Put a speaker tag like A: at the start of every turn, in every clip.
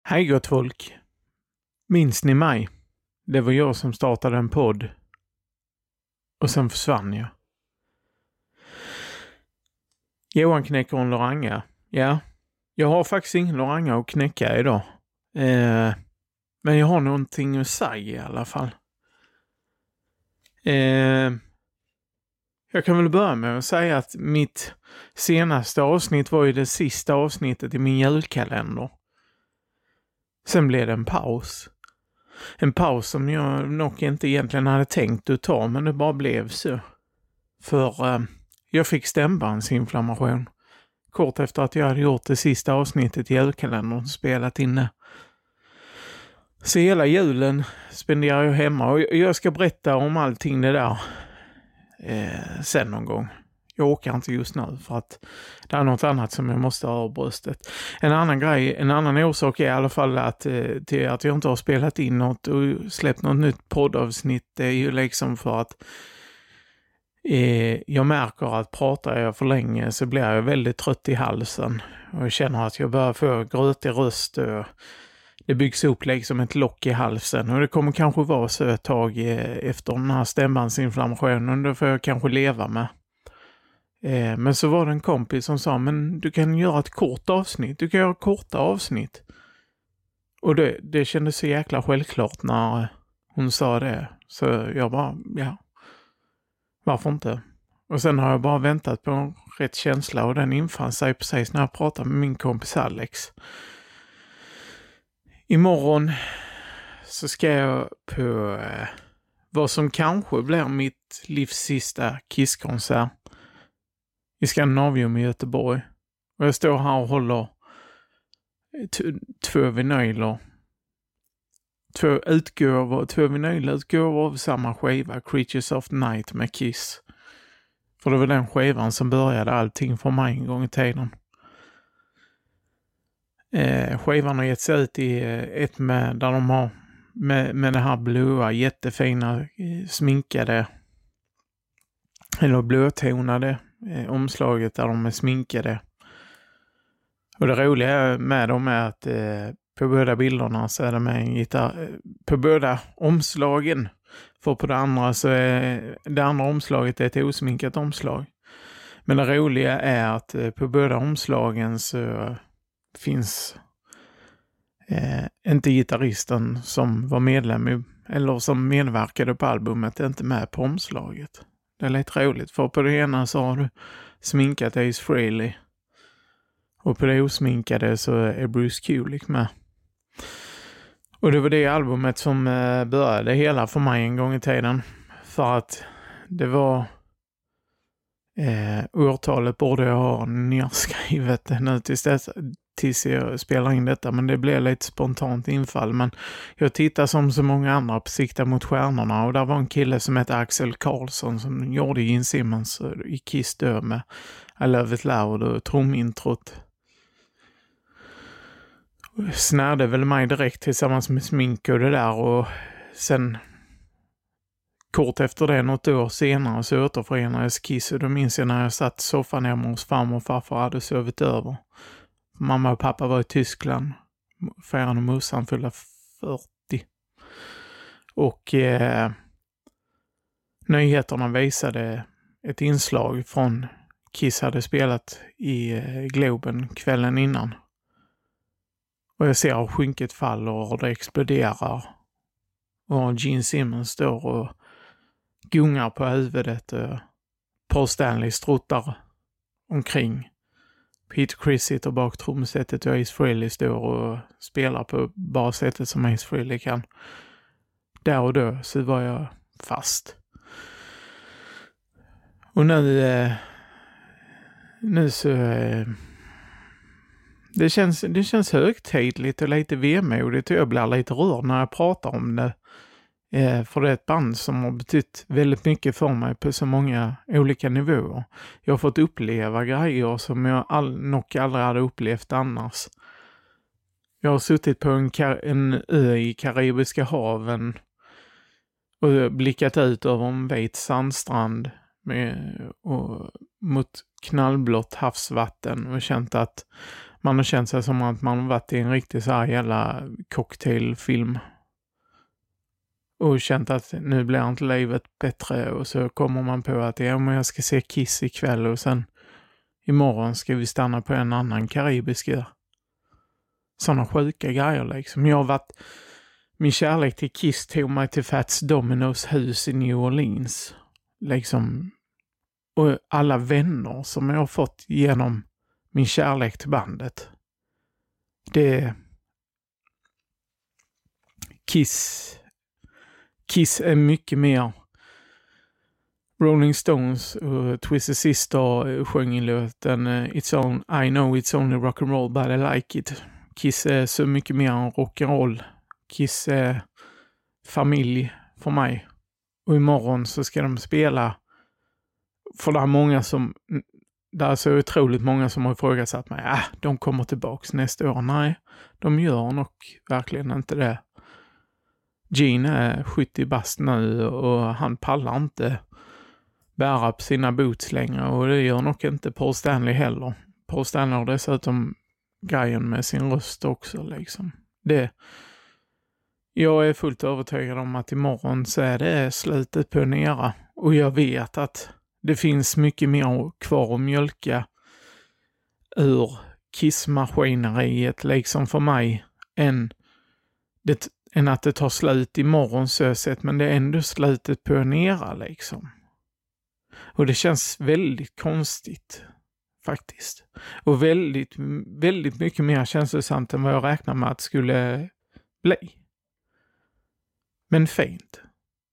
A: Hej gott folk! Minns ni mig? Det var jag som startade en podd. Och sen försvann jag. Johan knäcker en Loranga. Ja, jag har faktiskt ingen Loranga att knäcka idag. Men jag har någonting att säga i alla fall. Jag kan väl börja med att säga att mitt senaste avsnitt var ju det sista avsnittet i min julkalender. Sen blev det en paus. En paus som jag nog inte egentligen hade tänkt att ta, men det bara blev så. För jag fick stämbandsinflammation. Kort efter att jag hade gjort det sista avsnittet i julkalendern och spelat in det. Så hela julen spenderar jag hemma och jag ska berätta om allting det där sen någon gång. Jag åker inte just nu för att det är något annat som jag måste ha av bröstet. En annan orsak är i alla fall till att jag inte har spelat in något och släppt något nytt poddavsnitt. Det är ju liksom för att jag märker att pratar jag för länge så blir jag väldigt trött i halsen. Och jag känner att jag börjar få grötig röst och det byggs upp liksom ett lock i halsen. Och det kommer kanske vara så ett tag efter den här stämbandsinflammationen. Det får jag kanske leva med. Men så var det en kompis som sa, men du kan göra ett kort avsnitt. Du kan göra korta avsnitt. Och det kändes så jäkla självklart när hon sa det. Så jag bara, ja. Varför inte? Och sen har jag bara väntat på en rätt känsla och den infann sig precis när jag pratade med min kompis Alex. Imorgon så ska jag på vad som kanske blir mitt livs sista Kisskonsert i Skandinavium i Göteborg. Och jag står här och håller två vinyler utgåvor av samma skiva, Creatures of the Night med Kiss. För det var den skivan som började allting för mig en gång i tiden. Skivan har gett sig ut i ett med där de har med det här blåa jättefina sminkade eller blåtonade omslaget där de är sminkade. Och det roliga med dem är att på båda bilderna så är det med en gitarr. På båda omslagen. För på det andra så är det andra omslaget ett osminkat omslag. Men det roliga är att på båda omslagen så finns inte gitarristen som var medlem i, eller som medverkade på albumet inte med på omslaget. Det är lite roligt, för på det ena så har du sminkat Ace Frehley. Och på det osminkade så är Bruce Kulick med. Och det var det albumet som började hela för mig en gång i tiden. För att det var årtalet borde jag ha nedskrivet nu tills jag spelar in detta. Men det blev lite spontant infall. Men jag tittar som så många andra på Sikta mot stjärnorna. Och där var en kille som hette Axel Karlsson som gjorde Gene Simmons i Kiss dö med I Love It Loud och trumintrot. Snärde väl mig direkt tillsammans med smink och det där. Och sen kort efter det, något år senare, så återförenades Kiss. Och då minns jag när jag satt i soffan hemma hos farmor och farfar hade sovit över. Mamma och pappa var i Tyskland. Färran och morsan fyllde 40. Och nyheterna visade ett inslag från Kiss hade spelat i Globen kvällen innan. Och jag ser att skynket faller och det exploderar. Och Gene Simmons står och gungar på huvudet. Paul Stanley struttar omkring. Peter Criss sitter bak trumsetet och Ace Frehley står och spelar på bara sättet som Ace Frehley kan. Där och då så var jag fast. Och nu så det känns högtidligt och lite vemodigt och jag blir lite rörd när jag pratar om det. För det är ett band som har betytt väldigt mycket för mig på så många olika nivåer. Jag har fått uppleva grejer som jag nog aldrig hade upplevt annars. Jag har suttit på en ö i Karibiska haven och blickat ut över en vit sandstrand mot knallblått havsvatten och känt att Man har känt sig som att man har varit i en riktig så här jävla cocktailfilm. Och känt att nu blir inte livet bättre. Och så kommer man på att men jag ska se Kiss ikväll. Och sen imorgon ska vi stanna på en annan karibisk ö. Sådana sjuka grejer liksom. Min kärlek till Kiss tog mig till Fats Domino's hus i New Orleans. Liksom. Och alla vänner som jag har fått genom min kärlek till bandet. Kiss är mycket mer. Rolling Stones och Twisted Sister sjöng i låten I know it's only rock and roll but I like it. Kiss är så mycket mer än rock and roll. Kiss är familj för mig. Och imorgon så ska de spela. För det är så otroligt många som har ifrågasatt mig. De kommer tillbaks nästa år. Nej, de gör nog verkligen inte det. Gene är 70 bast nu och han pallar inte bära på sina boots längre. Och det gör nog inte Paul Stanley heller. Paul Stanley har dessutom grejen med sin röst också liksom. Jag är fullt övertygad om att imorgon så är det slutet på en era. Och jag vet att det finns mycket mer kvar att mjölka ur kissmaskineriet liksom för mig än att det tar slut imorgon så sett, men det är ändå slutet på en era liksom. Och det känns väldigt konstigt faktiskt. Och väldigt, väldigt mycket mer känslosamt än vad jag räknar med att det skulle bli. Men fint.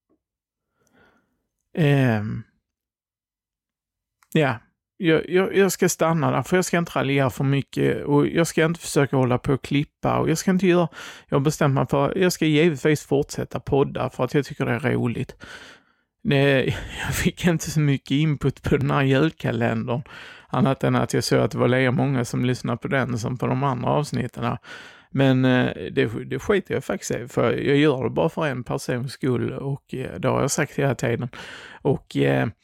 A: Jag ska stanna där, för jag ska inte raljera för mycket och jag ska inte försöka hålla på och klippa och jag har bestämt mig för jag ska givetvis fortsätta podda för att jag tycker det är roligt. Jag fick inte så mycket input på den här julkalendern annat än att jag såg att det var lika många som lyssnade på den som på de andra avsnitten. Men det skiter jag faktiskt i, för jag gör det bara för en persons skull och det har jag sagt hela tiden. Och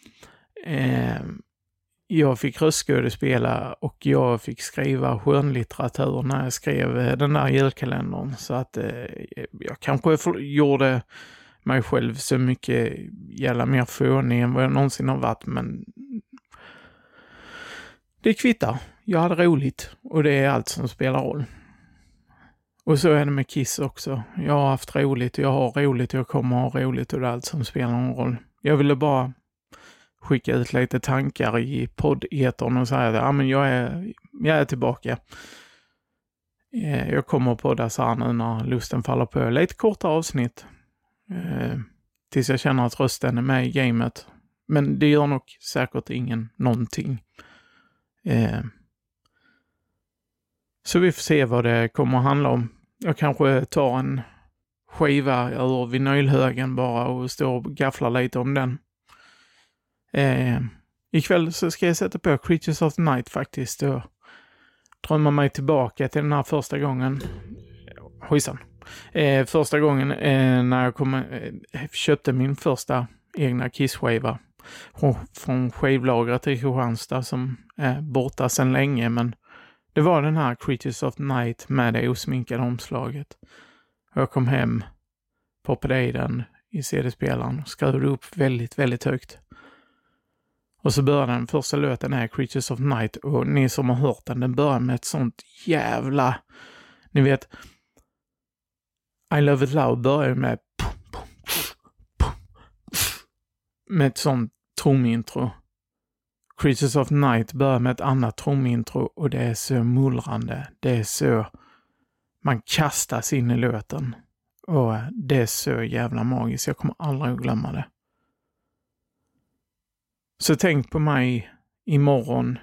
A: jag fick röstskådespela och jag fick skriva skönlitteratur när jag skrev den där julkalendern. Så att jag kanske gjorde mig själv så mycket jävla mer fånig än vad jag någonsin har varit. Men det kvittar. Jag hade roligt och det är allt som spelar roll. Och så är det med Kiss också. Jag har haft roligt, jag har roligt, jag kommer ha roligt och det är allt som spelar någon roll. Jag ville bara skicka ut lite tankar i podd-etern och säga att men jag är tillbaka. Jag kommer podda så här nu när lusten faller på. Lite korta avsnitt. Tills jag känner att rösten är med i gamet. Men det gör nog säkert någonting. Så vi får se vad det kommer att handla om. Jag kanske tar en skiva ur vinylhögen bara och står och gafflar lite om den. Ikväll så ska jag sätta på Creatures of the Night faktiskt och drömma mig tillbaka till den här första gången. Första gången när jag köpte min första egna Kiss-skiva från skivlagret i Kristianstad som är borta sedan länge, men det var den här Creatures of the Night med det osminkade omslaget. Jag kom hem, poppade i den i CD-spelaren och skruvade upp väldigt, väldigt högt. Och så börjar den första låten här, Creatures of the Night, och ni som har hört den börjar med ett sånt jävla, ni vet, I Love It Loud börjar med ett sånt trumintro. Creatures of the Night börjar med ett annat trumintro och det är så mullrande. Det är så, man kastas in i låten och det är så jävla magiskt. Jag kommer aldrig att glömma det. Så tänk på mig imorgon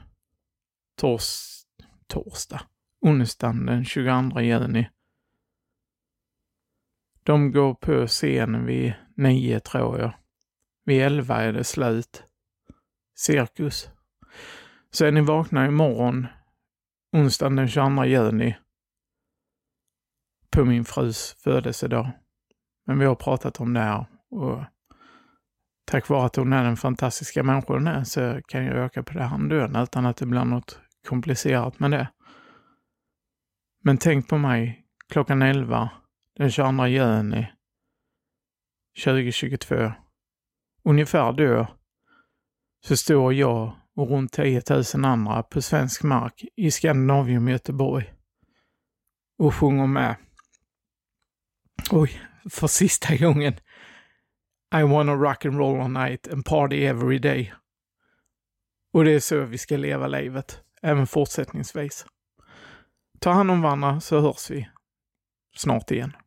A: onsdagen den 22 juni. De går på scenen vid 9 tror jag. Vid 11 är det slut. Cirkus. Så är ni vakna imorgon onsdagen den 22 juni på min frus födelsedag. Men vi har pratat om det här och tack vare att hon är den fantastiska människan så kan jag öka på det här dön utan att det blir något komplicerat med det. Men tänk på mig, klockan 11, den 22 juni 2022. Ungefär då så står jag och runt 10 000 andra på svensk mark i Skandinavium Göteborg och sjunger med. För sista gången. I wanna rock and roll all night and party every day. Och det är så vi ska leva livet, även fortsättningsvis. Ta hand om varandra så hörs vi snart igen.